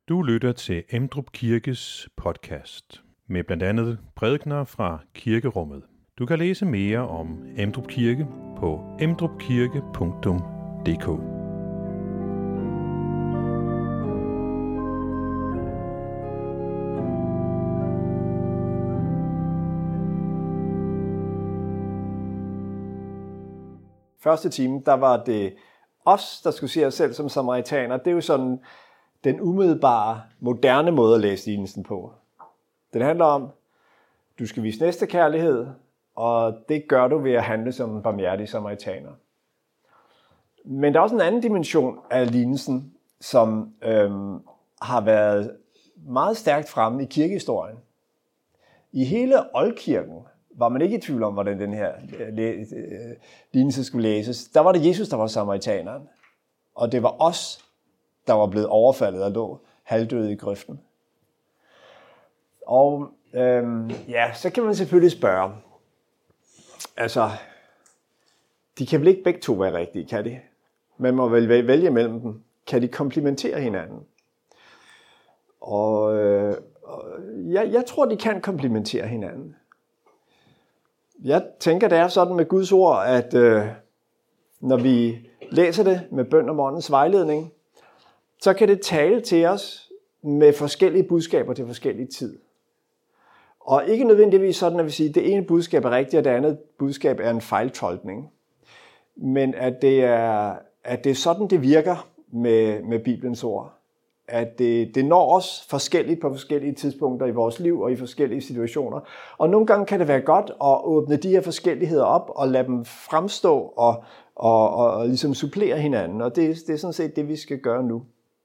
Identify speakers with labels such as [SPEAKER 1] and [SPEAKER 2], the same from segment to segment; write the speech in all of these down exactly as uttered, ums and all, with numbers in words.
[SPEAKER 1] Du lytter til Emdrup Kirkes podcast med blandt andet prædikener fra kirkerummet. Du kan læse mere om Emdrup Kirke på emdrupkirke punktum d k.
[SPEAKER 2] Første time, der var det os, der skulle se os selv som samaritaner. Det er jo sådan den umiddelbare, moderne måde at læse lignelsen på. Den handler om, du skal vise næstekærlighed, og det gør du ved at handle som en barmhjertig samaritaner. Men der er også en anden dimension af lignelsen, som øhm, har været meget stærkt fremme i kirkehistorien. I hele oldkirken var man ikke i tvivl om, hvordan den her lignelse skulle læses. Der var det Jesus, der var samaritaneren, og det var os, der var blevet overfaldet og lå halvdøde i grøften. Og øhm, ja, så kan man selvfølgelig spørge, altså, de kan vel ikke begge to være rigtige, kan de? Man må vel vælge mellem dem. Kan de komplementere hinanden? Og øh, jeg, jeg tror, de kan komplementere hinanden. Jeg tænker, det er sådan med Guds ord, at øh, når vi læser det med bøn om åndens vejledning, så kan det tale til os med forskellige budskaber til forskellige tid. Og ikke nødvendigvis sådan, at vi siger, at det ene budskab er rigtigt, og det andet budskab er en fejltolkning. Men at det er, at det er sådan, det virker med, med Bibelens ord. At det, det når os forskelligt på forskellige tidspunkter i vores liv og i forskellige situationer. Og nogle gange kan det være godt at åbne de her forskelligheder op og lade dem fremstå og, og, og, og ligesom supplere hinanden. Og det, det er sådan set det, vi skal gøre nu.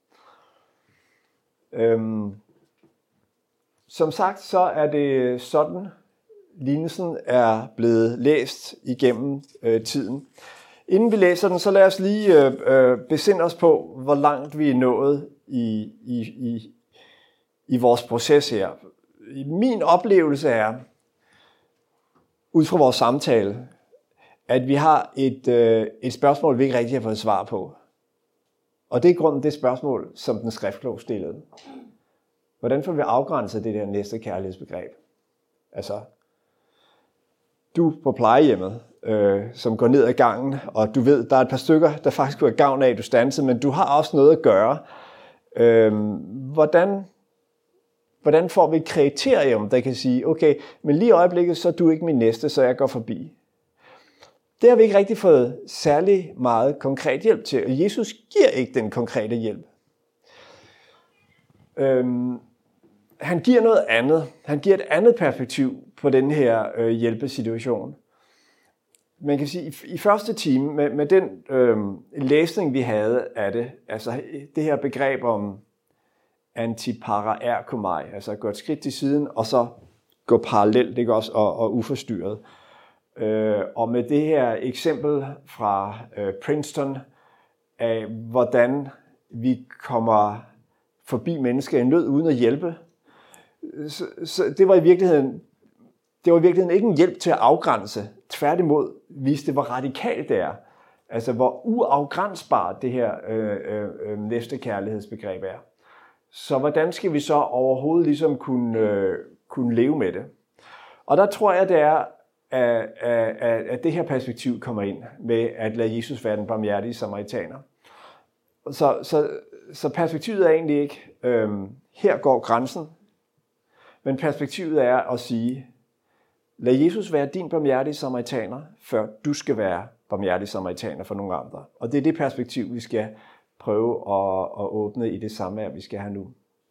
[SPEAKER 2] Øhm, som sagt, så er det sådan, lignelsen er blevet læst igennem øh, tiden. Inden vi læser den, så lad os lige øh, øh, besinde os på, hvor langt vi er nået i, i, i, i vores proces her. Min oplevelse er, ud fra vores samtale, at vi har et, øh, et spørgsmål, vi ikke rigtig har fået svar på. Og det er grunden det spørgsmål, som den skriftklog stillede. Hvordan får vi afgrænset det der næste kærlighedsbegreb? Altså, du på plejehjemmet, øh, som går ned ad gangen, og du ved, der er et par stykker, der faktisk kunne have gavn af, at du standsede, men du har også noget at gøre. Øh, hvordan, hvordan får vi et kriterium, der kan sige, okay, men lige i øjeblikket, så er du ikke min næste, så jeg går forbi. Det har vi ikke rigtig fået særlig meget konkret hjælp til, og Jesus giver ikke den konkrete hjælp. Øhm, han giver noget andet. Han giver et andet perspektiv på den her øh, hjælpesituation. Man kan sige, i, i første time, med, med den øh, læsning, vi havde af det, altså det her begreb om antiparaerkomai, altså gå et skridt til siden, og så gå parallelt, ikke også, og, og uforstyrret. Øh, og med det her eksempel fra øh, Princeton, af hvordan vi kommer forbi mennesker i nød uden at hjælpe, så, så det var i virkeligheden det var i virkeligheden ikke en hjælp til at afgrænse. Tværtimod viste det, hvor radikalt det er. Altså hvor uafgrænsbart det her øh, øh, næste kærlighedsbegreb er. Så hvordan skal vi så overhovedet ligesom kunne, øh, kunne leve med det? Og der tror jeg, det er, at, at, at det her perspektiv kommer ind med at lade Jesus være den barmhjertige samaritaner. Så, så, så perspektivet er egentlig ikke, øh, her går grænsen, men perspektivet er at sige, lad Jesus være din barmhjertige samaritaner, før du skal være barmhjertig samaritaner for nogle andre. Og det er det perspektiv, vi skal prøve at, at åbne i det samvær, vi skal have nu.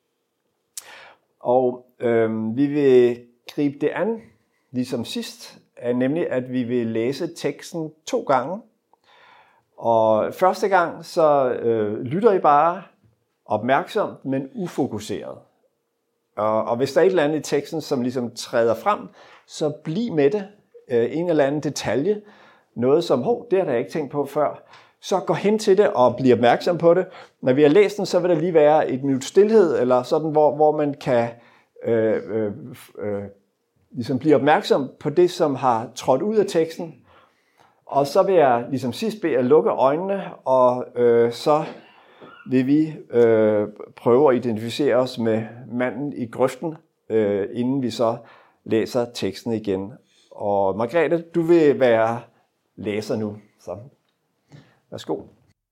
[SPEAKER 2] Og øh, vi vil gribe det an, ligesom sidst, er nemlig at vi vil læse teksten to gange. Og første gang, så øh, lytter I bare opmærksomt, men ufokuseret. Og, og hvis der er et eller andet i teksten, som ligesom træder frem, så bliv med det. Øh, en eller anden detalje, noget som, hov, det har jeg ikke tænkt på før. Så gå hen til det og bliv opmærksom på det. Når vi har læst den, så vil der lige være et minut stilhed, eller sådan, hvor, hvor man kan øh, øh, øh, ligesom blive opmærksom på det, som har trådt ud af teksten. Og så vil jeg ligesom sidst bede at lukke øjnene, og øh, så vil vi øh, prøve at identificere os med manden i grøften, øh, inden vi så læser teksten igen. Og Margrethe, du vil være læser nu. Så værsgo.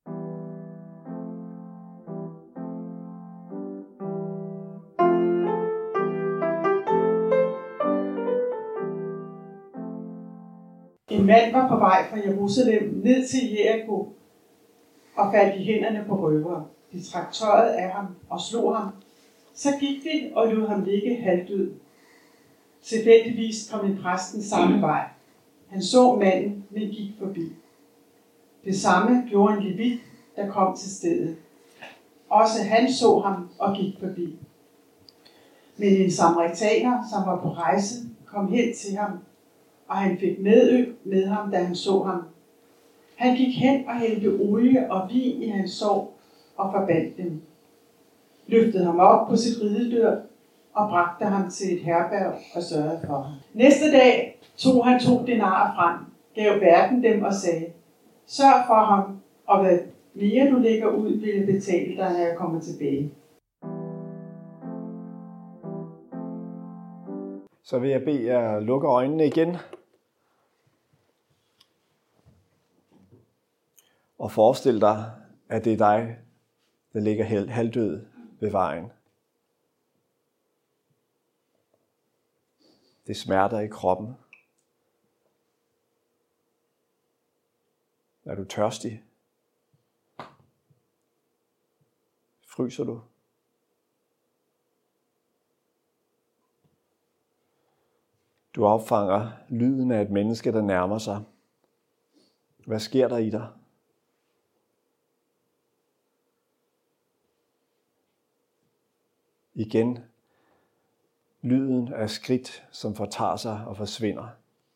[SPEAKER 3] En mand var på vej fra Jerusalem ned til Jericho og faldt i hænderne på røvere. De trak tøjet af ham og slog ham. Så gik de og lod ham ligge halvdød. Tilfældigvis kom en præst den samme vej. Han så manden, men gik forbi. Det samme gjorde en levit, der kom til stedet. Også han så ham og gik forbi. Men en samaritaner, som var på rejse, kom hen til ham, og han fik medø med ham, da han så ham. Han gik hen og hældte olie og vin i hans sår og forbandt dem. Løftede ham op på sit ridedyr og bragte ham til et herberg og sørgede for ham. Næste dag tog han to denarer frem, gav værten dem og sagde, sørg for ham, og hvad mere du lægger ud, vil jeg betale dig, når jeg kommer tilbage.
[SPEAKER 2] Så vil jeg bede jer lukke øjnene igen. Og forestil dig, at det er dig, der ligger halvdød ved vejen. Det smerter i kroppen. Er du tørstig? Fryser du? Du opfanger lyden af et menneske, der nærmer sig. Hvad sker der i dig? Igen, lyden af skridt, som fortager sig og forsvinder.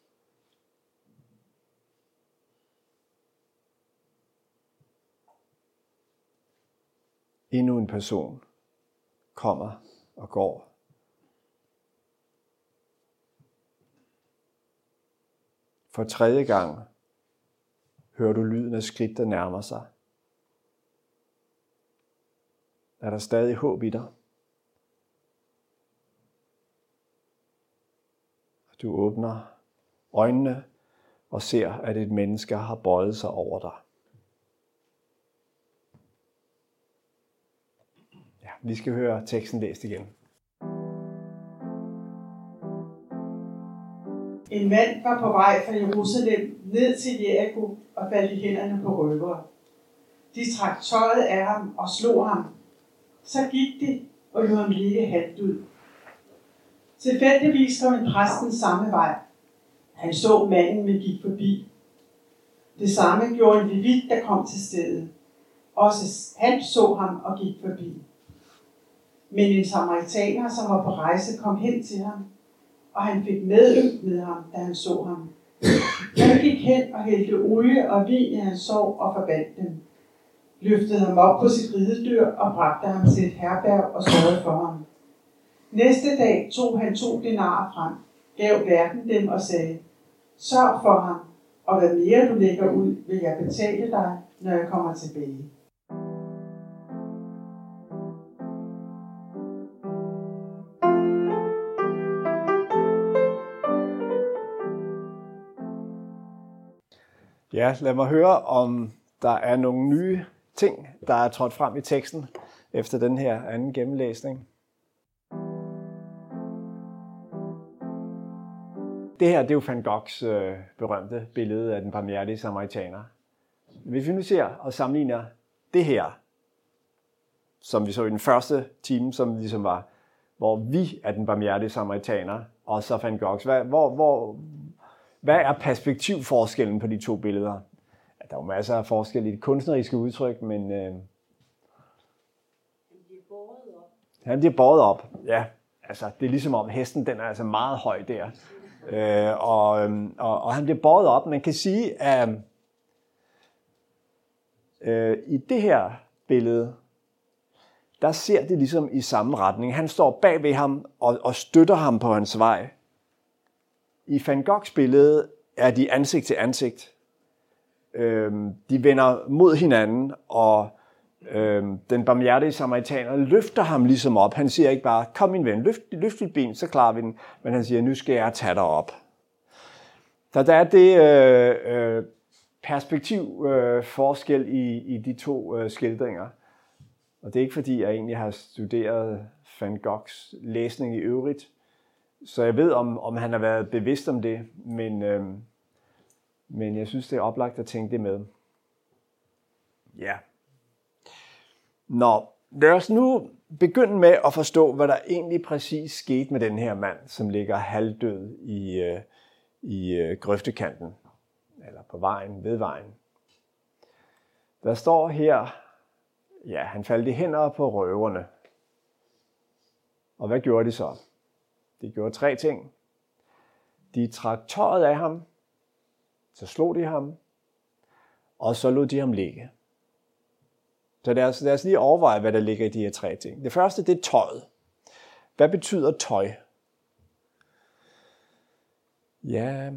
[SPEAKER 2] Endnu en person kommer og går. For tredje gang hører du lyden af skridt, der nærmer sig. Er der stadig håb i dig? Du åbner øjnene og ser, at et menneske har bøjet sig over dig. Ja, vi skal høre teksten læst igen.
[SPEAKER 3] En mand var på vej fra Jerusalem ned til Jericho og faldt i hænderne på røvere. De trak tøjet af ham og slog ham. Så gik de og lod ham ligge halvdød. Tilfældigvis kom en præst den samme vej. Han så manden, men gik forbi. Det samme gjorde en levit, der kom til stedet. Også han så ham og gik forbi. Men en samaritaner, som var på rejse, kom hen til ham, og han fik medøm med ham, da han så ham. Han gik hen og hældte olie og vin i hans sår og forbandt dem. Løftede ham op på sit ridedyr og bragte ham til et herberg og sørgede for ham. Næste dag tog han to denarer frem, gav værten dem og sagde, sørg for ham, og hvad mere du lægger ud, vil jeg betale dig, når jeg kommer tilbage.
[SPEAKER 2] Ja, lad mig høre, om der er nogle nye ting, der er trådt frem i teksten efter den her anden gennemlæsning. Det her, det er jo Van Goghs øh, berømte billede af den barmhjertige samaritaner. Hvis vi nu ser og sammenligner det her, som vi så i den første time, som ligesom var, hvor vi er den barmhjertige samaritaner, og så Van Goghs. Hvad, hvor, hvor, hvad er perspektivforskellen på de to billeder? Ja, der er jo masser af forskel i det kunstneriske udtryk, men øh, han bliver båret op. Han bliver båret op, ja. Altså, det er ligesom om hesten, den er altså meget høj der. Øh, og, og, og han bliver båret op. Man kan sige, at øh, i det her billede, der ser det ligesom i samme retning. Han står bag ved ham og, og støtter ham på hans vej. I Van Goghs billede er de ansigt til ansigt. Øh, de vender mod hinanden, og Øhm, den barmhjertige samaritaner løfter ham ligesom op. Han siger ikke bare, kom min ven, løft, løft dit ben, så klarer vi den. Men han siger, nu skal jeg tage dig op. Så der er det øh, øh, perspektiv øh, forskel i, i de to øh, skildringer. Og det er ikke fordi, jeg egentlig har studeret Van Goghs læsning i øvrigt. Så jeg ved, om, om han har været bevidst om det. Men, øh, men jeg synes, det er oplagt at tænke det med. Ja. Nå, lad os nu begynde med at forstå, hvad der egentlig præcis skete med den her mand, som ligger halvdød i, øh, i øh, grøftekanten, eller på vejen, ved vejen. Der står her, ja, han faldt i hænder på røverne. Og hvad gjorde de så? De gjorde tre ting. De trak tøjet af ham, så slog de ham, og så lod de ham ligge. Så lad os, lad os lige overveje, hvad der ligger i de her tre ting. Det første, det er tøjet. Hvad betyder tøj? Ja.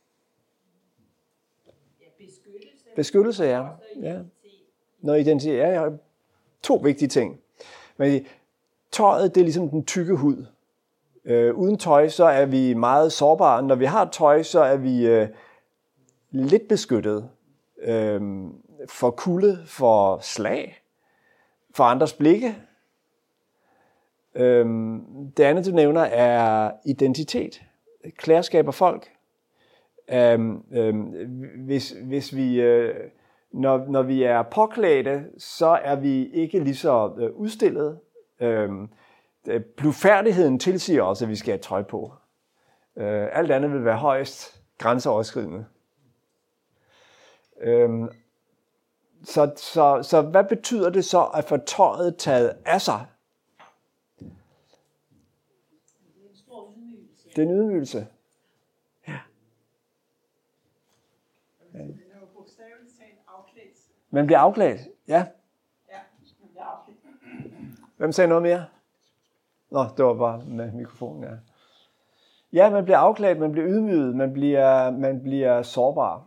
[SPEAKER 4] Beskyttelse.
[SPEAKER 2] Beskyttelse, ja. ja. Noget identitet. Ja, ja. To vigtige ting. Men tøjet, det er ligesom den tykke hud. Øh, uden tøj, så er vi meget sårbare. Når vi har tøj, så er vi øh, lidt beskyttet. Øh, for kulde, for slag, for andres blikke. Øhm, det andet, du nævner, er identitet. Klærskab af folk. Øhm, øhm, hvis, hvis vi, øh, når, når vi er påklædte, så er vi ikke lige så øh, udstillet. Øhm, blufærdigheden tilsiger også, at vi skal have tøj på. Øh, alt andet vil være højst grænseoverskridende. Øhm, Så, så, så hvad betyder det så at få tøjet taget af sig?
[SPEAKER 4] Det er en stor ydmygelse.
[SPEAKER 2] Det er en ydmygelse. Ja.
[SPEAKER 3] Den er jo bogstaveligt talt afklædt.
[SPEAKER 2] Man bliver afklædt, ja.
[SPEAKER 3] Ja, man bliver afklædt.
[SPEAKER 2] Hvem sagde noget mere? Nå, det var bare med mikrofonen, ja. Ja, man bliver afklædt, man bliver ydmyget, man bliver, man bliver sårbar.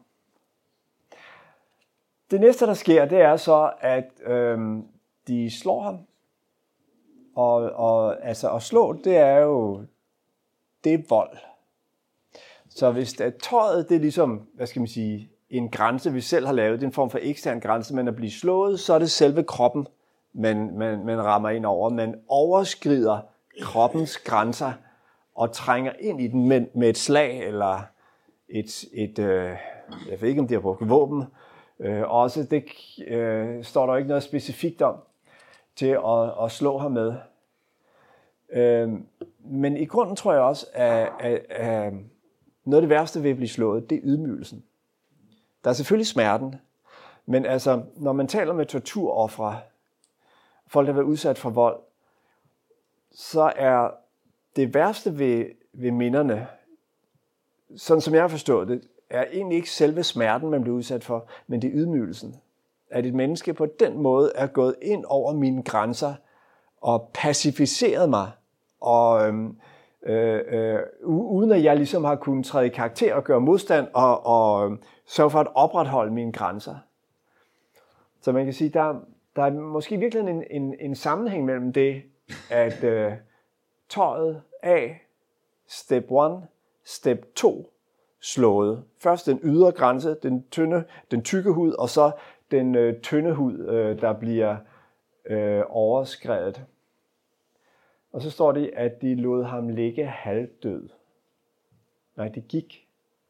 [SPEAKER 2] Det næste, der sker, det er så, at øhm, de slår ham. Og, og altså, at slå, det er jo, det er vold. Så hvis at tøjet, det er ligesom, hvad skal man sige, en grænse, vi selv har lavet, det er en form for ekstern grænse, men at blive slået, så er det selve kroppen, man, man, man rammer ind over. Man overskrider kroppens grænser og trænger ind i den med, med et slag, eller et, et øh, jeg ved ikke, om de har brugt våben. Øh, også det øh, står der ikke noget specifikt om til at, at slå ham med. Øh, men i grunden tror jeg også, at, at, at noget af det værste ved at blive slået, det er ydmygelsen. Der er selvfølgelig smerten, men altså, når man taler med torturofre, folk der har været udsat for vold, så er det værste ved, ved minderne, sådan som jeg har forstået det, er egentlig ikke selve smerten, man bliver udsat for, men det er ydmygelsen. At et menneske på den måde er gået ind over mine grænser og pacificeret mig, og øhm, øh, øh, uden at jeg ligesom har kunnet træde i karakter og gøre modstand og, og øh, sørge for at opretholde mine grænser. Så man kan sige, der, der er måske virkelig en, en, en sammenhæng mellem det, at øh, tøjet af, step one, step to, slået. Først den ydre grænse, den tynde, den tykke hud, og så den øh, tynde hud, øh, der bliver øh, overskredet. Og så står det, at de lod ham ligge halvdød. Nej, de gik.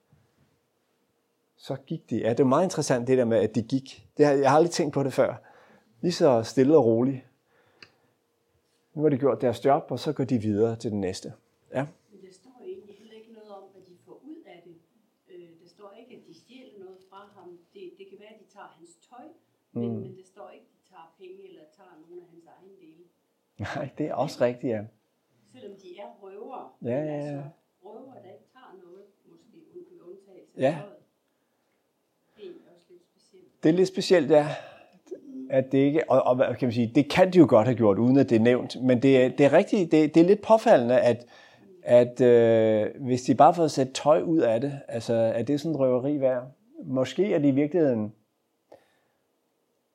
[SPEAKER 2] Så gik de. Ja, det er meget interessant det der med, at de gik. Det har, jeg har aldrig tænkt på det før. Lige så stille og roligt. Nu har de gjort deres job, og så går de videre til den næste. Ja.
[SPEAKER 4] Men der står egentlig heller ikke noget om, hvad de får ud af det. Øh, der står ikke, at de stjæler noget fra ham. Det, det kan være, at de tager hans tøj, mm. men, men der står ikke, at de tager penge eller tager nogle af hans egen dele.
[SPEAKER 2] Nej, det er også rigtigt, ja.
[SPEAKER 4] Selvom de er røvere.
[SPEAKER 2] Ja, ja, ja.
[SPEAKER 4] Altså, røvere, der ikke tager noget, måske med undtagelse af
[SPEAKER 2] Ja.
[SPEAKER 4] tøjet. Det er egentlig også lidt specielt.
[SPEAKER 2] Det er lidt specielt, ja. At det ikke, og, og hvad kan man sige, det kan de jo godt have gjort, uden at det er nævnt. Men det er, det er rigtigt, det, det er lidt påfaldende, at, at øh, hvis de bare får sat tøj ud af det, altså er det sådan en røveri værd? Måske er det i virkeligheden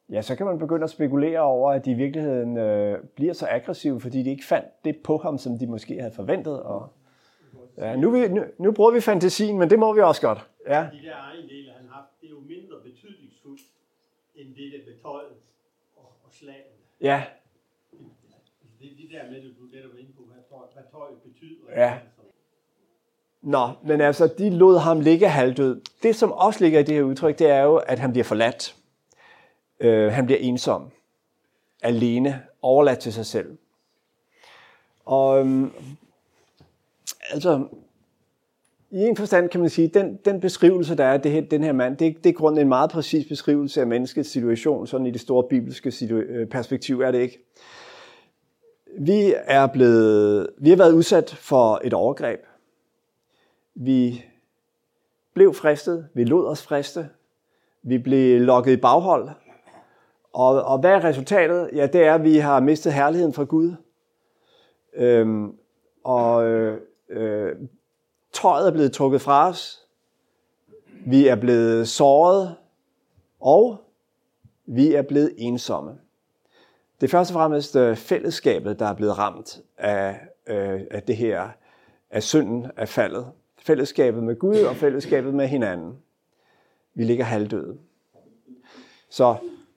[SPEAKER 2] ja, så kan man begynde at spekulere over, at de i virkeligheden øh, bliver så aggressive, fordi de ikke fandt det på ham, som de måske havde forventet. Og, ja, nu, vi, nu, nu bruger vi fantasien, men det må vi også godt. Ja.
[SPEAKER 5] De der ejendele, han har haft, det er jo mindre betydningsfuldt, end det der betøjet og, og slagen.
[SPEAKER 2] Ja.
[SPEAKER 5] Det er de der med, du netop var inde på, hvad tøj, hvad tøj betyder.
[SPEAKER 2] Ja. Nå, men altså, de lod ham ligge halvdød. Det, som også ligger i det her udtryk, det er jo, at han bliver forladt. Øh, han bliver ensom. Alene. Overladt til sig selv. Og øhm, altså, i en forstand kan man sige, den, den beskrivelse, der er af det her, den her mand, det, det er grundet en meget præcis beskrivelse af menneskets situation, sådan i det store bibelske situ- perspektiv er det ikke. Vi er blevet, vi har været udsat for et overgreb. Vi blev fristet, vi lod os friste, vi blev lokket i baghold. Og, og hvad er resultatet? Ja, det er, at vi har mistet herligheden fra Gud. Øhm, og øh, øh, tøjet er blevet trukket fra os. Vi er blevet såret, og vi er blevet ensomme. Det er først og fremmest fællesskabet, der er blevet ramt af, øh, af det her, af synden, af faldet. Fællesskabet med Gud og fællesskabet med hinanden. Vi ligger halvdøde. Så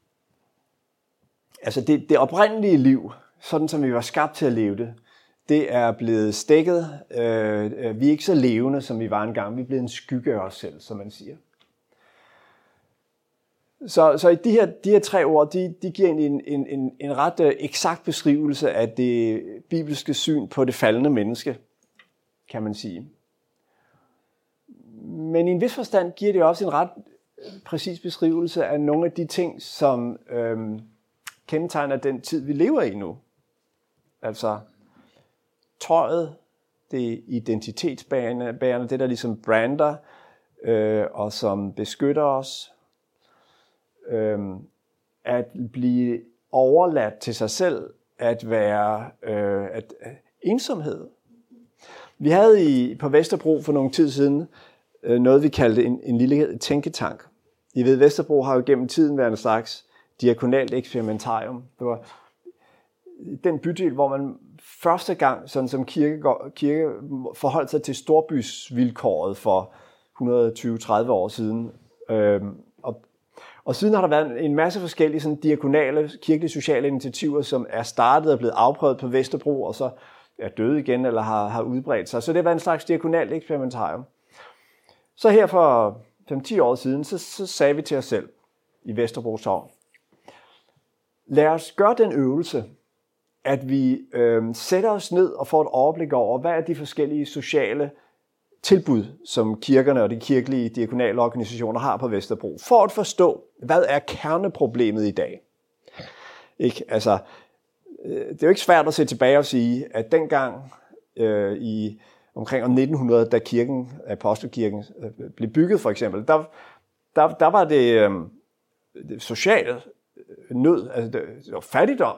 [SPEAKER 2] altså det, det oprindelige liv, sådan som vi var skabt til at leve det, det er blevet stækket. Øh, vi er ikke så levende, som vi var engang. Vi er blevet en skygge af os selv, som man siger. Så, så de, her, de her tre ord, de, de giver en, en, en, en ret uh, eksakt beskrivelse af det bibelske syn på det faldende menneske, kan man sige. Men i en vis forstand giver det også en ret præcis beskrivelse af nogle af de ting, som øhm, kendetegner den tid, vi lever i nu. Altså tøjet, det identitetsbærende, det der ligesom brander øh, og som beskytter os. Øh, at blive overladt til sig selv, at være øh, at, at, ensomhed. Vi havde i, på Vesterbro for nogle tid siden øh, noget, vi kaldte en, en lille tænketank. I ved, Vesterbro har jo gennem tiden været en slags diakonalt eksperimentarium. Det var den bydel, hvor man første gang, sådan som kirke, kirke forholdt sig til storbysvilkåret for et hundrede og tyve til tredive år siden. Øhm, og, og siden har der været en masse forskellige sådan, diakonale, kirkelige sociale initiativer, som er startet og blevet afprøvet på Vesterbro, og så er døde igen eller har, har udbredt sig. Så det har været en slags diakonalt eksperimentarium. Så her for fem til ti år siden, så, så sagde vi til os selv i Vesterbro Sogn, lad os gøre den øvelse, at vi øh, sætter os ned og får et overblik over, hvad er de forskellige sociale tilbud, som kirkerne og de kirkelige diakonale organisationer har på Vesterbro, for at forstå, hvad er kerneproblemet i dag. Ikke? Altså, øh, det er jo ikke svært at se tilbage og sige, at dengang øh, i omkring om nitten hundrede, da kirken, apostelkirken, øh, blev bygget for eksempel, der, der, der var det, øh, det sociale nød, altså det, det var fattigdom,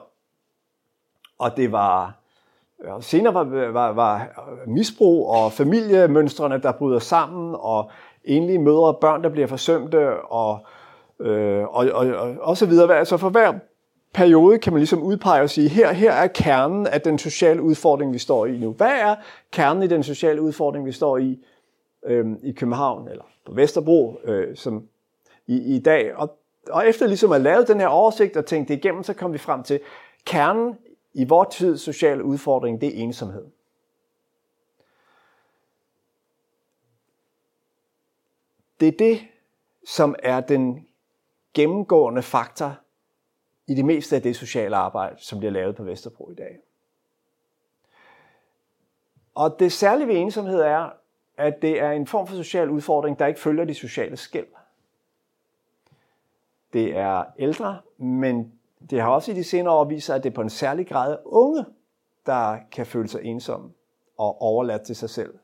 [SPEAKER 2] og det var og senere var, var, var misbrug og familiemønstrene, der bryder sammen, og enlige mødre og børn, der bliver forsømte, og, øh, og, og, og, og så videre. Altså for hver periode kan man ligesom udpege og sige, her, her er kernen af den sociale udfordring, vi står i nu. Hvad er kernen i den sociale udfordring, vi står i øh, i København, eller på Vesterbro, øh, som i, i dag? Og, og efter ligesom at lave den her oversigt og tænke det igennem, så kom vi frem til, kernen i vores tids sociale udfordring, det er ensomhed. Det er det, som er den gennemgående faktor i det meste af det sociale arbejde, som bliver lavet på Vesterbro i dag. Og det særlige ved ensomhed er, at det er en form for social udfordring, der ikke følger de sociale skel. Det er ældre, men det har også i de senere år vist sig, at det er på en særlig grad unge, der kan føle sig ensomme og overladt til sig selv.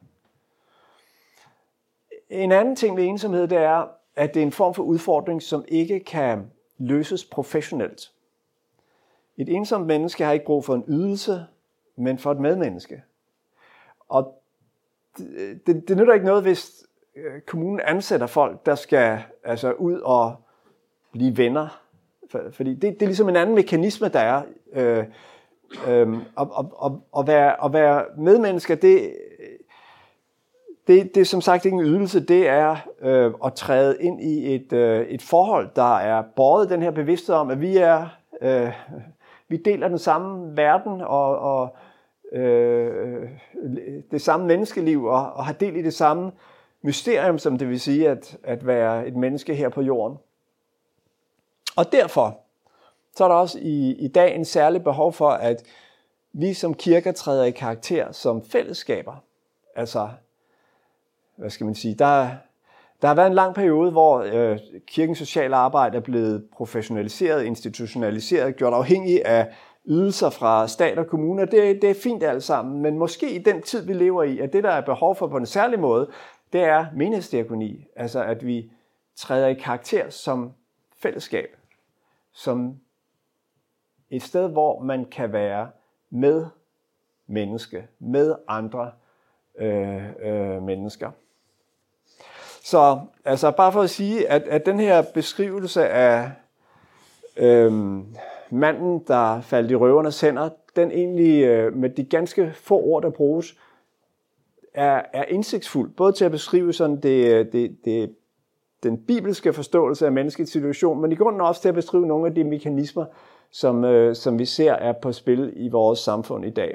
[SPEAKER 2] En anden ting ved ensomhed, det er, at det er en form for udfordring, som ikke kan løses professionelt. Et ensomt menneske har ikke brug for en ydelse, men for et medmenneske. Og det, det, det nytter ikke noget, hvis kommunen ansætter folk, der skal altså ud og blive venner For, fordi det, det er ligesom en anden mekanisme, der er. Øh, øh, at, at, at, være, at være medmennesker, det, det, det er som sagt ikke en ydelse, det er øh, at træde ind i et, øh, et forhold, der er båret den her bevidsthed om, at vi er øh, vi deler den samme verden og, og øh, det samme menneskeliv og, og har del i det samme mysterium, som det vil sige at, at være et menneske her på jorden. Og derfor så er der også i, i dag en særlig behov for, at vi som kirker træder i karakter som fællesskaber. Altså, hvad skal man sige, der, der har været en lang periode, hvor øh, kirkens sociale arbejde er blevet professionaliseret, institutionaliseret, gjort afhængig af ydelser fra stat og kommuner. Det, det er fint alt sammen, men måske i den tid, vi lever i, at det, der er behov for på en særlig måde, det er menighedsdiakoni. Altså, at vi træder i karakter som fællesskab, som et sted, hvor man kan være med menneske, med andre øh, øh, mennesker. Så altså bare for at sige, at, at den her beskrivelse af øh, manden, der faldt i røvernes hænder, den egentlig øh, med de ganske få ord, der bruges, er, er indsigtsfuld. Både til at beskrive sådan det, det, det, den bibelske forståelse af menneskets situation, men i grunden også til at beskrive nogle af de mekanismer, som, øh, som vi ser er på spil i vores samfund i dag.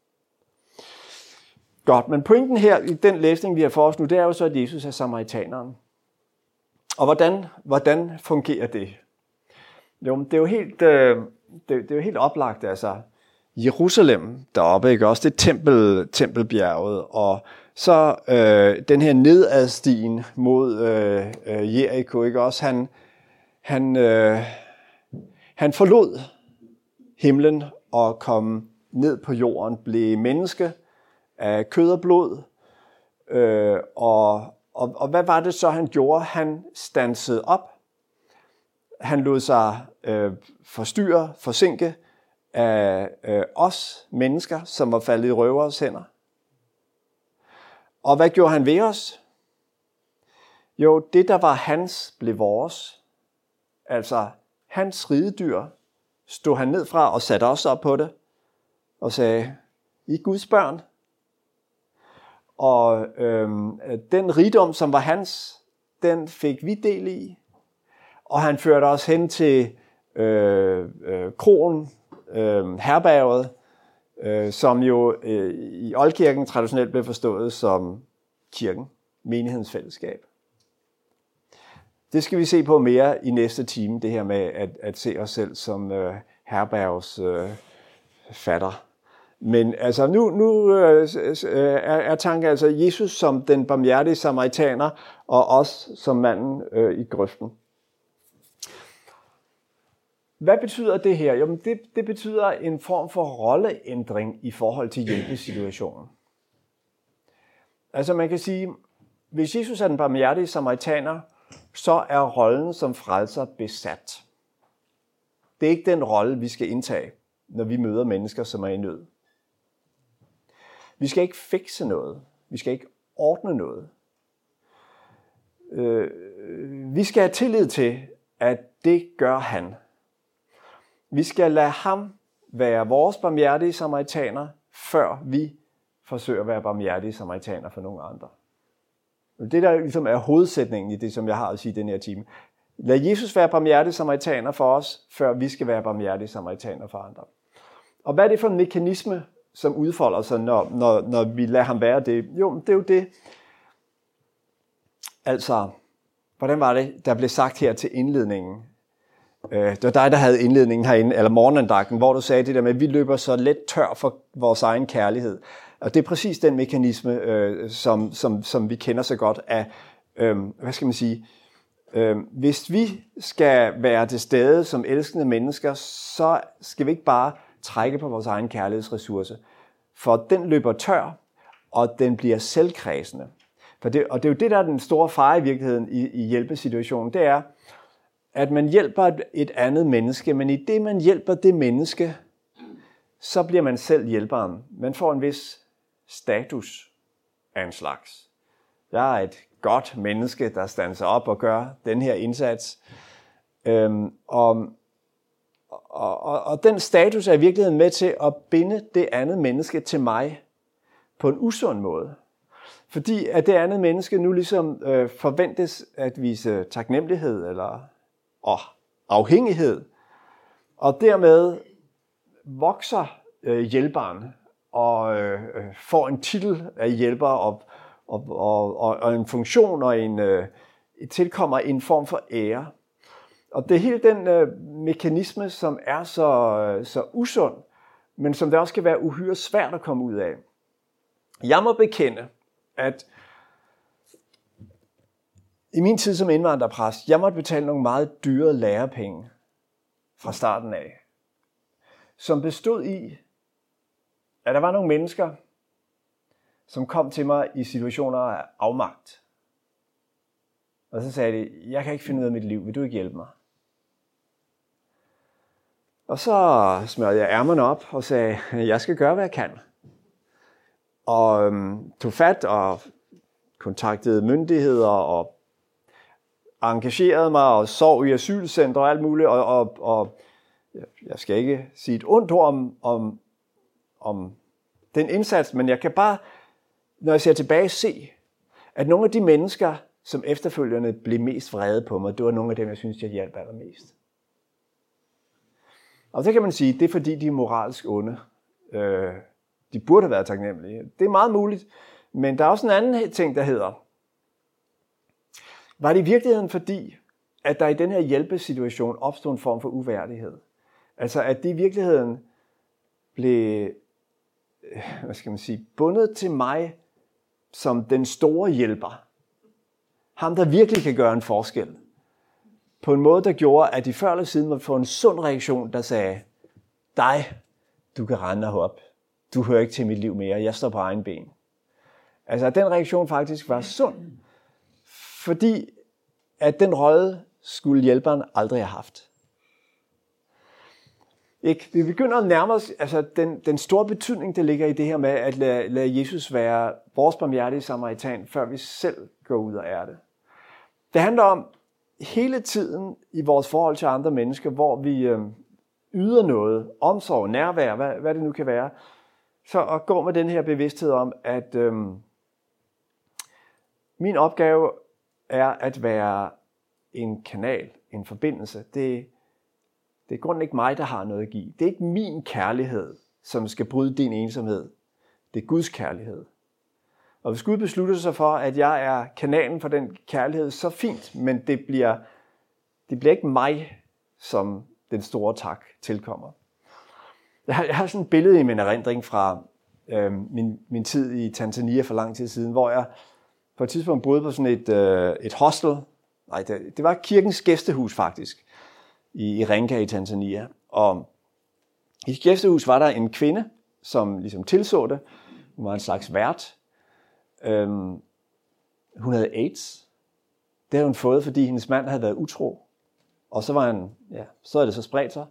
[SPEAKER 2] Godt, men pointen her i den læsning, vi har for os nu, det er jo så, at Jesus er samaritaneren. Og hvordan, hvordan fungerer det? Jo, det er jo helt, øh, det, det er jo helt oplagt, altså Jerusalem deroppe, ikke også? Det er tempel, tempelbjerget, og så øh, den her nedadstigen mod øh, øh, Jericho, ikke også? Han, han, øh, han forlod himlen og kom ned på jorden, blev menneske af kød og blod. Øh, og, og, og hvad var det så, han gjorde? Han standsede op. Han lod sig øh, forstyrre, forsinke af øh, os mennesker, som var faldet i røveres hænder. Og hvad gjorde han ved os? Jo, det der var hans, blev vores. Altså, hans ridedyr stod han ned fra og satte os op på det. Og sagde, I er Guds børn. Og øhm, den rigdom, som var hans, den fik vi del i. Og han førte os hen til øh, øh, kroen, øh, herberget, øh, som jo øh, i oldkirken traditionelt blev forstået som kirken, menighedens fællesskab. Det skal vi se på mere i næste time, det her med at, at se os selv som øh, herbergs øh, fatter. Men altså nu, nu øh, er, er tanken altså Jesus som den barmhjertige samaritaner, og os som manden øh, i grøften. Hvad betyder det her? Jo, det, det betyder en form for rolleændring i forhold til hjælpesituationen. Altså man kan sige, hvis Jesus er den barmhjertige samaritaner, så er rollen som frelser besat. Det er ikke den rolle, vi skal indtage, når vi møder mennesker, som er i nød. Vi skal ikke fikse noget. Vi skal ikke ordne noget. Øh, vi skal have tillid til, at det gør han. Vi skal lade ham være vores barmhjertige samaritaner, før vi forsøger at være barmhjertige samaritaner for nogle andre. Det der ligesom er hovedsætningen i det, som jeg har at sige i den her time. Lad Jesus være barmhjertige samaritaner for os, før vi skal være barmhjertige samaritaner for andre. Og hvad er det for en mekanisme, som udfolder sig, når, når, når vi lader ham være det? Jo, det er jo det. Altså, hvordan var det, der blev sagt her til indledningen? Det var dig, der havde indledningen herinde, eller morgenandagten, hvor du sagde det der med, at vi løber så let tør for vores egen kærlighed. Og det er præcis den mekanisme, øh, som, som, som vi kender så godt af, øh, hvad skal man sige, øh, hvis vi skal være til stede som elskende mennesker, så skal vi ikke bare trække på vores egen kærlighedsressource. For den løber tør, og den bliver selvkræsende. For det, og det er jo det, der er den store fare i virkeligheden i, i hjælpesituationen, det er, at man hjælper et, et andet menneske, men i det, man hjælper det menneske, så bliver man selv hjælperen. Man får en vis status af en slags. Jeg er et godt menneske, der standser op og gør den her indsats. Øhm, og, Og, og, og den status er i virkeligheden med til at binde det andet menneske til mig på en usund måde. Fordi at det andet menneske nu ligesom øh, forventes at vise taknemmelighed eller åh, afhængighed. Og dermed vokser øh, hjælperen og øh, får en titel af hjælper og, og, og, og, og en funktion og en øh, tilkommer en form for ære. Og det er hele den øh, mekanisme, som er så, øh, så usund, men som det også kan være uhyre svært at komme ud af. Jeg må bekende, at i min tid som indvandrerpræst, jeg måtte betale nogle meget dyre lærepenge fra starten af, som bestod i, at der var nogle mennesker, som kom til mig i situationer af afmagt. Og så sagde de, jeg kan ikke finde ud af mit liv, vil du ikke hjælpe mig? Og så smørte jeg ærmerne op og sagde, jeg skal gøre, hvad jeg kan. Og øhm, tog fat og kontaktede myndigheder og engagerede mig og sov i asylcentre og alt muligt. Og, og, og jeg skal ikke sige et ondt ord om, om, om den indsats, men jeg kan bare, når jeg ser tilbage, se, at nogle af de mennesker, som efterfølgende blev mest vrede på mig, det var nogle af dem, jeg synes, jeg hjalp allermest. Og så kan man sige, det er fordi, de er moralsk onde. Øh, de burde have været taknemmelige. Det er meget muligt. Men der er også en anden ting, der hedder, var det i virkeligheden fordi, at der i den her hjælpesituation opstod en form for uværdighed? Altså at de i virkeligheden blev, hvad skal man sige, bundet til mig som den store hjælper. Ham, der virkelig kan gøre en forskel. På en måde, der gjorde, at de før eller siden måtte få en sund reaktion, der sagde, dig, du kan rende op. Du hører ikke til mit liv mere. Jeg står på egen ben. Altså, at den reaktion faktisk var sund. Fordi, at den rolle skulle hjælperen aldrig have haft. Ikke? Vi begynder at nærme os altså, den, den store betydning, der ligger i det her med, at lade, lade Jesus være vores barmhjertige samaritan, før vi selv går ud og er det. Det handler om hele tiden i vores forhold til andre mennesker, hvor vi øh, yder noget, omsorg, nærvær, hvad, hvad det nu kan være, så at gå med den her bevidsthed om, at øh, min opgave er at være en kanal, en forbindelse. Det, det er grunden ikke mig, der har noget at give. Det er ikke min kærlighed, som skal bryde din ensomhed. Det er Guds kærlighed. Og hvis Gud beslutter sig for, at jeg er kanalen for den kærlighed, så fint, men det bliver, det bliver ikke mig, som den store tak tilkommer. Jeg har, jeg har sådan et billede i min erindring fra øh, min, min tid i Tanzania for lang tid siden, hvor jeg på et tidspunkt boede på sådan et, øh, et hostel. Nej, det, det var kirkens gæstehus faktisk, i, i Ringa i Tanzania. Og i gæstehus var der en kvinde, som ligesom tilså det. Hun var en slags vært. Øhm, hun havde AIDS. Det havde hun fået, fordi hendes mand havde været utro. Og så var han, ja, så havde det så spredt sig.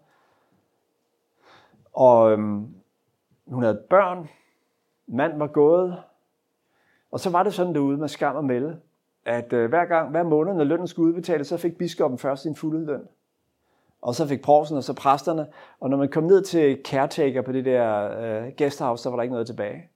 [SPEAKER 2] Og øhm, hun havde børn. Manden var gået. Og så var det sådan derude med skam og melde, at øh, hver gang, hver måned, når lønnen skulle udbetales, så fik biskoppen først sin fulde løn. Og så fik provsten, og så præsterne. Og når man kom ned til caretaker på det der øh, guesthouse, så var der ikke noget tilbage.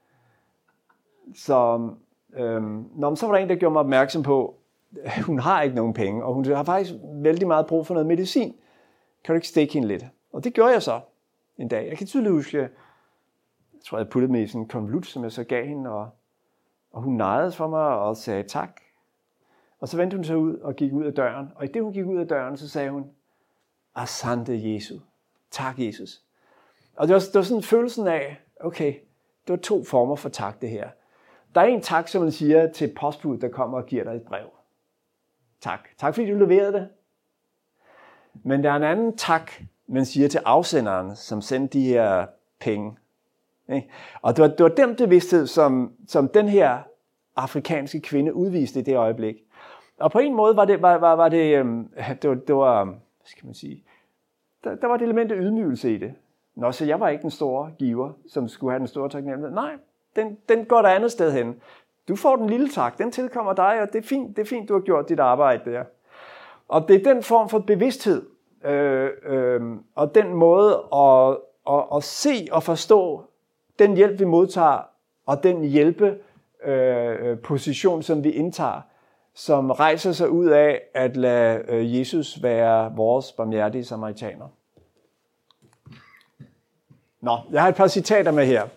[SPEAKER 2] Så, øhm, når, så var der en, der gjorde mig opmærksom på, at hun har ikke nogen penge, og hun har faktisk vældig meget brug for noget medicin. Kan du ikke stikke hende lidt? Og det gjorde jeg så en dag. Jeg kan tydeligt huske, jeg tror, jeg puttede mig i sådan en konvolut, som jeg så gav hende, og, og hun nejede for mig og sagde tak. Og så vendte hun sig ud og gik ud af døren. Og i det, hun gik ud af døren, så sagde hun, Asante Jesu. Tak, Jesus. Og det var, det var sådan følelsen af, okay, det var to former for tak, det her. Der er en tak, som man siger til postbud, der kommer og giver dig et brev. Tak. Tak, fordi du leverede det. Men der er en anden tak, man siger til afsenderen, som sendte de her penge. Og det var, det var den bevidsthed, som, som den her afrikanske kvinde udviste i det øjeblik. Og på en måde var det, var, var, var det, det var, det var, hvad skal man sige, der, der var et element af ydmygelse i det. Nå, så jeg var ikke den store giver, som skulle have den store taknemmelighed. Nej, den, den går der andet sted hen. Du får den lille tak, den tilkommer dig, og det er fint, det er fint, du har gjort dit arbejde der. Og det er den form for bevidsthed, øh, øh, og den måde at, at, at se og forstå den hjælp, vi modtager, og den hjælpeposition, øh, som vi indtager, som rejser sig ud af at lade øh, Jesus være vores barmhjertige samaritaner. Nå, jeg har et par citater med her.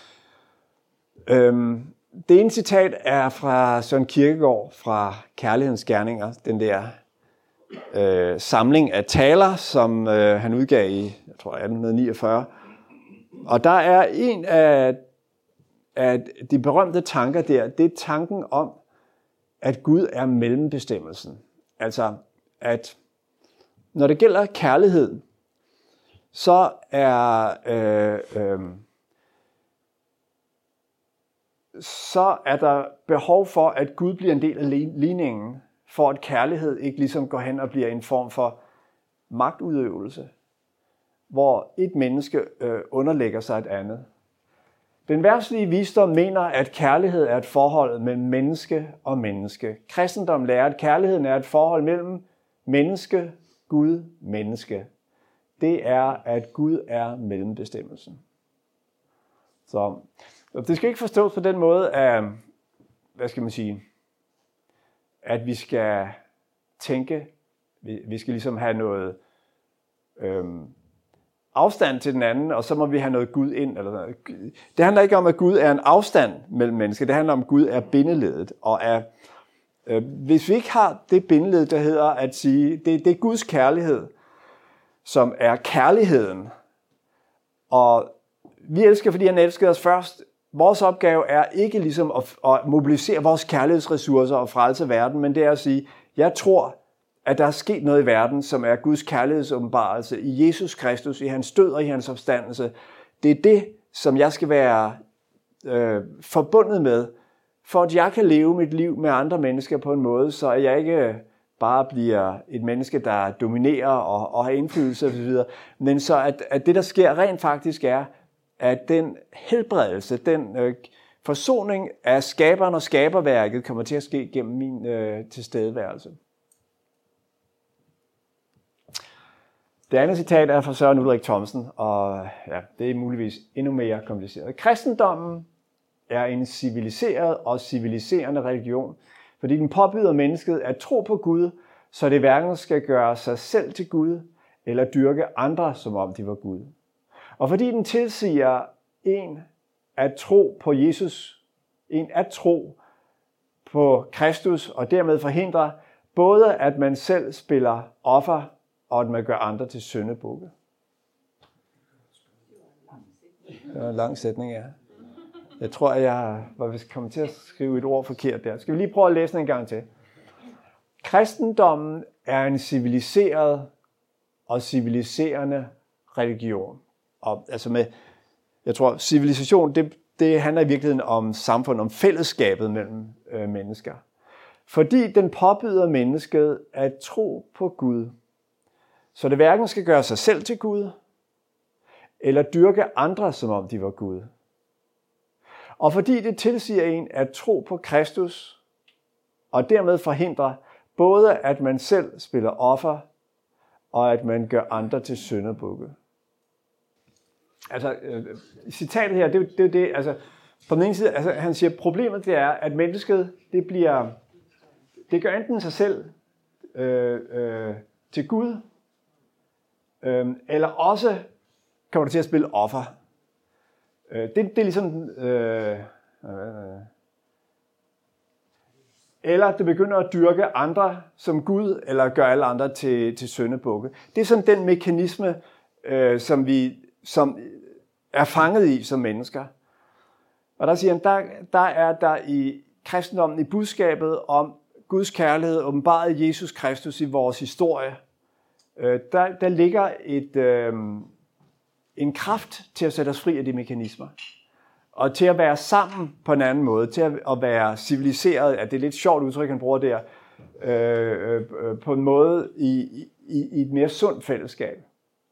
[SPEAKER 2] Øhm, det ene citat er fra Søren Kierkegaard fra Kærlighedens Gerninger, den der øh, samling af taler, som øh, han udgav i, jeg tror, atten niogfyrre. Og der er en af, af de berømte tanker der, det er tanken om, at Gud er mellembestemmelsen. Altså, at når det gælder kærlighed, så er øh, øh, så er der behov for, at Gud bliver en del af ligningen, for at kærlighed ikke ligesom går hen og bliver en form for magtudøvelse, hvor et menneske øh, underlægger sig et andet. Den verdslige visdom mener, at kærlighed er et forhold mellem menneske og menneske. Kristendom lærer, at kærligheden er et forhold mellem menneske, Gud, menneske. Det er, at Gud er mellembestemmelsen. Så det skal ikke forstås på den måde, at, hvad skal man sige, at vi skal tænke, vi skal ligesom have noget øhm, afstand til den anden, og så må vi have noget Gud ind. Eller noget. Det handler ikke om, at Gud er en afstand mellem mennesker. Det handler om, at Gud er bindeledet. Og er, øh, hvis vi ikke har det bindeled, der hedder at sige, det, det er Guds kærlighed, som er kærligheden. Og vi elsker, fordi han elskede os først. Vores opgave er ikke ligesom at, at mobilisere vores kærlighedsressourcer og frelse verden, men det er at sige, jeg tror, at der er sket noget i verden, som er Guds kærlighedsåbenbarelse i Jesus Kristus, i hans død og i hans opstandelse. Det er det, som jeg skal være øh, forbundet med, for at jeg kan leve mit liv med andre mennesker på en måde, så jeg ikke bare bliver et menneske, der dominerer og, og har indflydelse osv., men så at, at det, der sker rent faktisk er, at den helbredelse, den øh, forsoning af skaberen og skaberværket kommer til at ske gennem min øh, tilstedeværelse. Det andet citat er fra Søren Ulrik Thomsen, og ja, det er muligvis endnu mere kompliceret. Kristendommen er en civiliseret og civiliserende religion, fordi den påbyder mennesket at tro på Gud, så det hverken skal gøre sig selv til Gud, eller dyrke andre, som om de var Gud. Og fordi den tilsiger en at tro på Jesus, en at tro på Kristus, og dermed forhindrer både, at man selv spiller offer, og at man gør andre til syndebukke. Det var en lang sætning, ja. Jeg tror, at jeg var kommet til at skrive et ord forkert der. Skal vi lige prøve at læse den en gang til? Kristendommen er en civiliseret og civiliserende religion. Og altså med, jeg tror, civilisation, det, det handler i virkeligheden om samfund, om fællesskabet mellem øh, mennesker. Fordi den påbyder mennesket at tro på Gud, så det hverken skal gøre sig selv til Gud, eller dyrke andre, som om de var Gud. Og fordi det tilsiger en at tro på Kristus, og dermed forhindrer både, at man selv spiller offer, og at man gør andre til syndebukke. Altså, øh, citatet her, det er det, det, altså, på den ene side, altså, han siger, problemet det er, at mennesket, det bliver, det gør enten sig selv øh, øh, til Gud, øh, eller også kommer det til at spille offer. Øh, det, det er ligesom, øh, øh, eller det begynder at dyrke andre som Gud, eller gøre alle andre til, til syndebukke. Det er sådan den mekanisme, øh, som vi som er fanget i som mennesker. Og der siger han, der, der er der i kristendommen, i budskabet om Guds kærlighed, åbenbaret i Jesus Kristus i vores historie, øh, der, der ligger et, øh, en kraft til at sætte os fri af de mekanismer. Og til at være sammen på en anden måde, til at, at være civiliseret, at det er lidt sjovt udtryk, han bruger der, øh, øh, på en måde i, i, i et mere sundt fællesskab.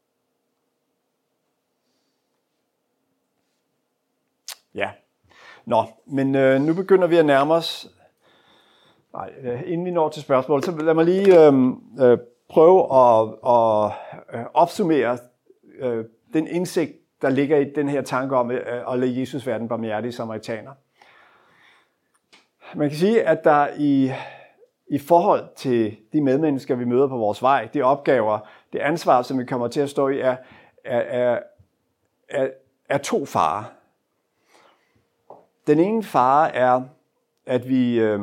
[SPEAKER 2] Ja, nå, men øh, nu begynder vi at nærme os. Nej, øh, inden vi når til spørgsmål, så lad mig lige øh, øh, prøve at, at opsummere øh, den indsigt, der ligger i den her tanke om at lade Jesus være den barmhjertige samaritaner. Man kan sige, at der i, i forhold til de medmennesker, vi møder på vores vej, de opgaver, det ansvar, som vi kommer til at stå i, er, er, er, er, er to farer. Den ene fare er, at vi øh,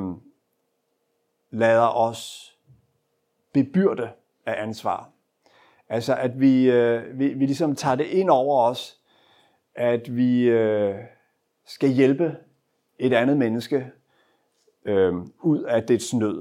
[SPEAKER 2] lader os bebyrde af ansvar. Altså at vi, øh, vi, vi ligesom tager det ind over os, at vi øh, skal hjælpe et andet menneske øh, ud af dets nød.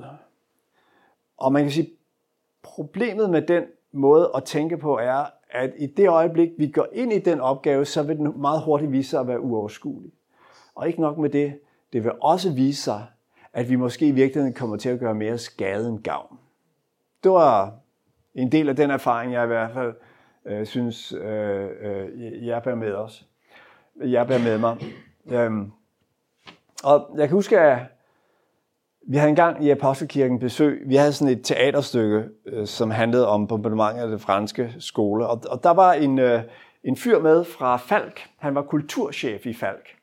[SPEAKER 2] Og man kan sige, problemet med den måde at tænke på er, at i det øjeblik, vi går ind i den opgave, så vil den meget hurtigt vise sig at være uoverskuelig. Og ikke nok med det, det vil også vise sig, at vi måske i virkeligheden kommer til at gøre mere skade end gavn. Det var en del af den erfaring, jeg i hvert fald øh, synes, øh, øh, jeg bærer med os. Jeg bærer med mig. Øhm, og jeg kan huske, at vi havde engang i Apostelkirken besøg. Vi havde sådan et teaterstykke, øh, som handlede om bombardementet af det franske skole. Og, og der var en, øh, en fyr med fra Falck. Han var kulturchef i Falck.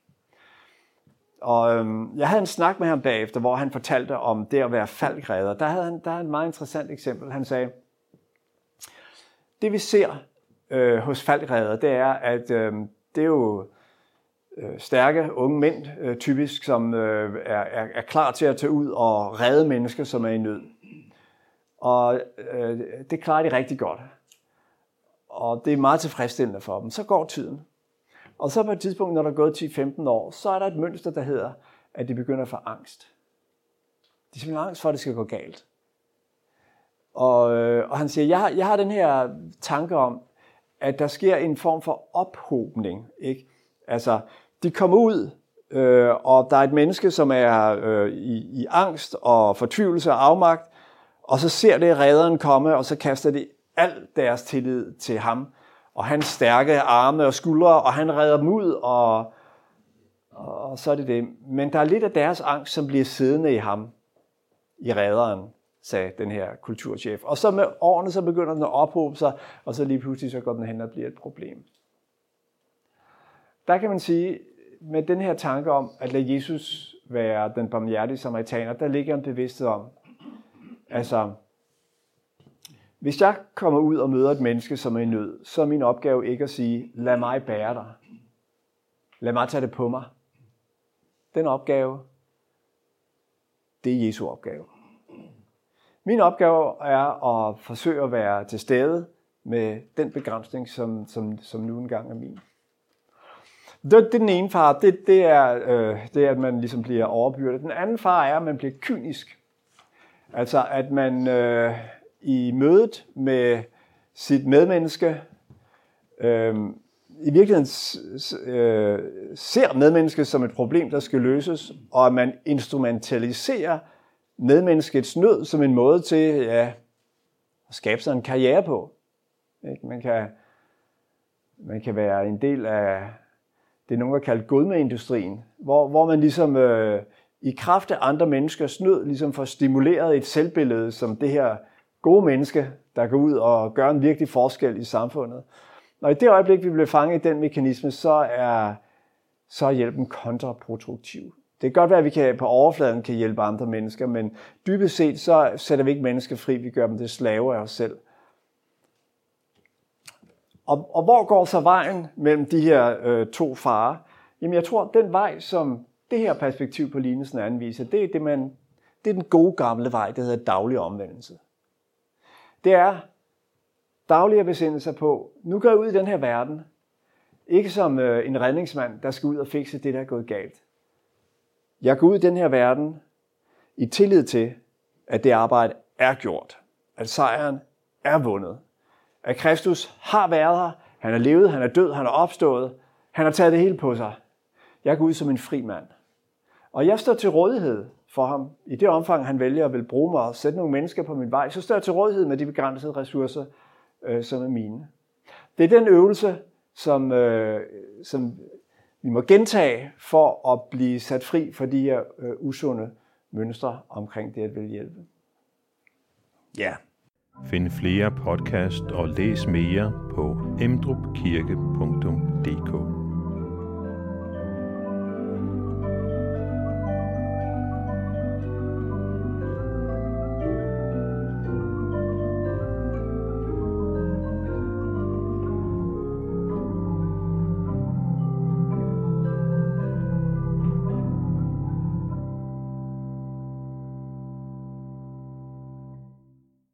[SPEAKER 2] Og øhm, jeg havde en snak med ham bagefter, hvor han fortalte om det at være Falck-redder. Der havde han der havde et meget interessant eksempel. Han sagde, det vi ser øh, hos Falck-redder, det er, at øh, det er jo øh, stærke unge mænd, øh, typisk, som øh, er, er, er klar til at tage ud og redde mennesker, som er i nød. Og øh, det klarer de rigtig godt. Og det er meget tilfredsstillende for dem. Så går tiden. Og så på et tidspunkt, når der er gået ti til femten år, så er der et mønster, der hedder, at de begynder at få angst. De er simpelthen angst for, at det skal gå galt. Og, øh, og han siger, jeg har, jeg har den her tanke om, at der sker en form for ophobning. Ikke? Altså, de kommer ud, øh, og der er et menneske, som er øh, i, i angst og fortvivlelse og afmagt, og så ser det redderen komme, og så kaster de al deres tillid til ham, og hans stærke arme og skuldre, og han redder dem ud, og, og så er det det. Men der er lidt af deres angst, som bliver siddende i ham, i redderen, sagde den her kulturchef. Og så med årene, så begynder den at ophobe sig, og så lige pludselig så går den hen og bliver et problem. Der kan man sige, med den her tanke om, at lade Jesus være den barmhjertige samaritaner, der ligger en bevidsthed om, altså, hvis jeg kommer ud og møder et menneske, som er i nød, så er min opgave ikke at sige, lad mig bære dig. Lad mig tage det på mig. Den opgave, det er Jesu opgave. Min opgave er at forsøge at være til stede med den begrænsning, som, som, som nu engang er min. Det, det er den ene far, det, det, er, øh, det er, at man ligesom bliver overbyrdet. Den anden far er, at man bliver kynisk. Altså, at man øh, i mødet med sit medmenneske øh, i virkeligheden øh, ser medmennesket som et problem, der skal løses, og at man instrumentaliserer medmenneskets nød som en måde til ja, at skabe sig en karriere på. Man kan, man kan være en del af det, nogen har kaldt godmeindustrien, hvor, hvor man ligesom øh, i kraft af andre menneskers nød ligesom får stimuleret et selvbillede som det her gode menneske, der går ud og gør en virkelig forskel i samfundet. Og i det øjeblik, vi bliver fanget i den mekanisme, så er, så er hjælpen kontraproduktiv. Det kan godt være, at vi kan, på overfladen kan hjælpe andre mennesker, men dybest set så sætter vi ikke mennesker fri, vi gør dem til slaver af os selv. Og, og hvor går så vejen mellem de her øh, to farer? Jamen jeg tror, den vej, som det her perspektiv på lignelsen anviser, det er, det, man, det er den gode gamle vej, der hedder daglig omvendelse. Det er daglig at besinde sig på, nu går jeg ud i den her verden, ikke som øh, en redningsmand, der skal ud og fikse det, der er gået galt. Jeg går ud i den her verden i tillid til, at det arbejde er gjort, at sejren er vundet, at Kristus har været her, han er levet, han er død, han er opstået, han har taget det hele på sig. Jeg går ud som en fri mand. Og jeg står til rådighed for ham. I det omfang, han vælger at vil bruge mig og sætte nogle mennesker på min vej, så står jeg til rådighed med de begrænsede ressourcer, øh, som er mine. Det er den øvelse, som, øh, som vi må gentage for at blive sat fri for de her øh, usunde mønstre omkring det at vil hjælpe. Ja.
[SPEAKER 1] Find flere podcast og læs mere på emdrupkirke punktum d k.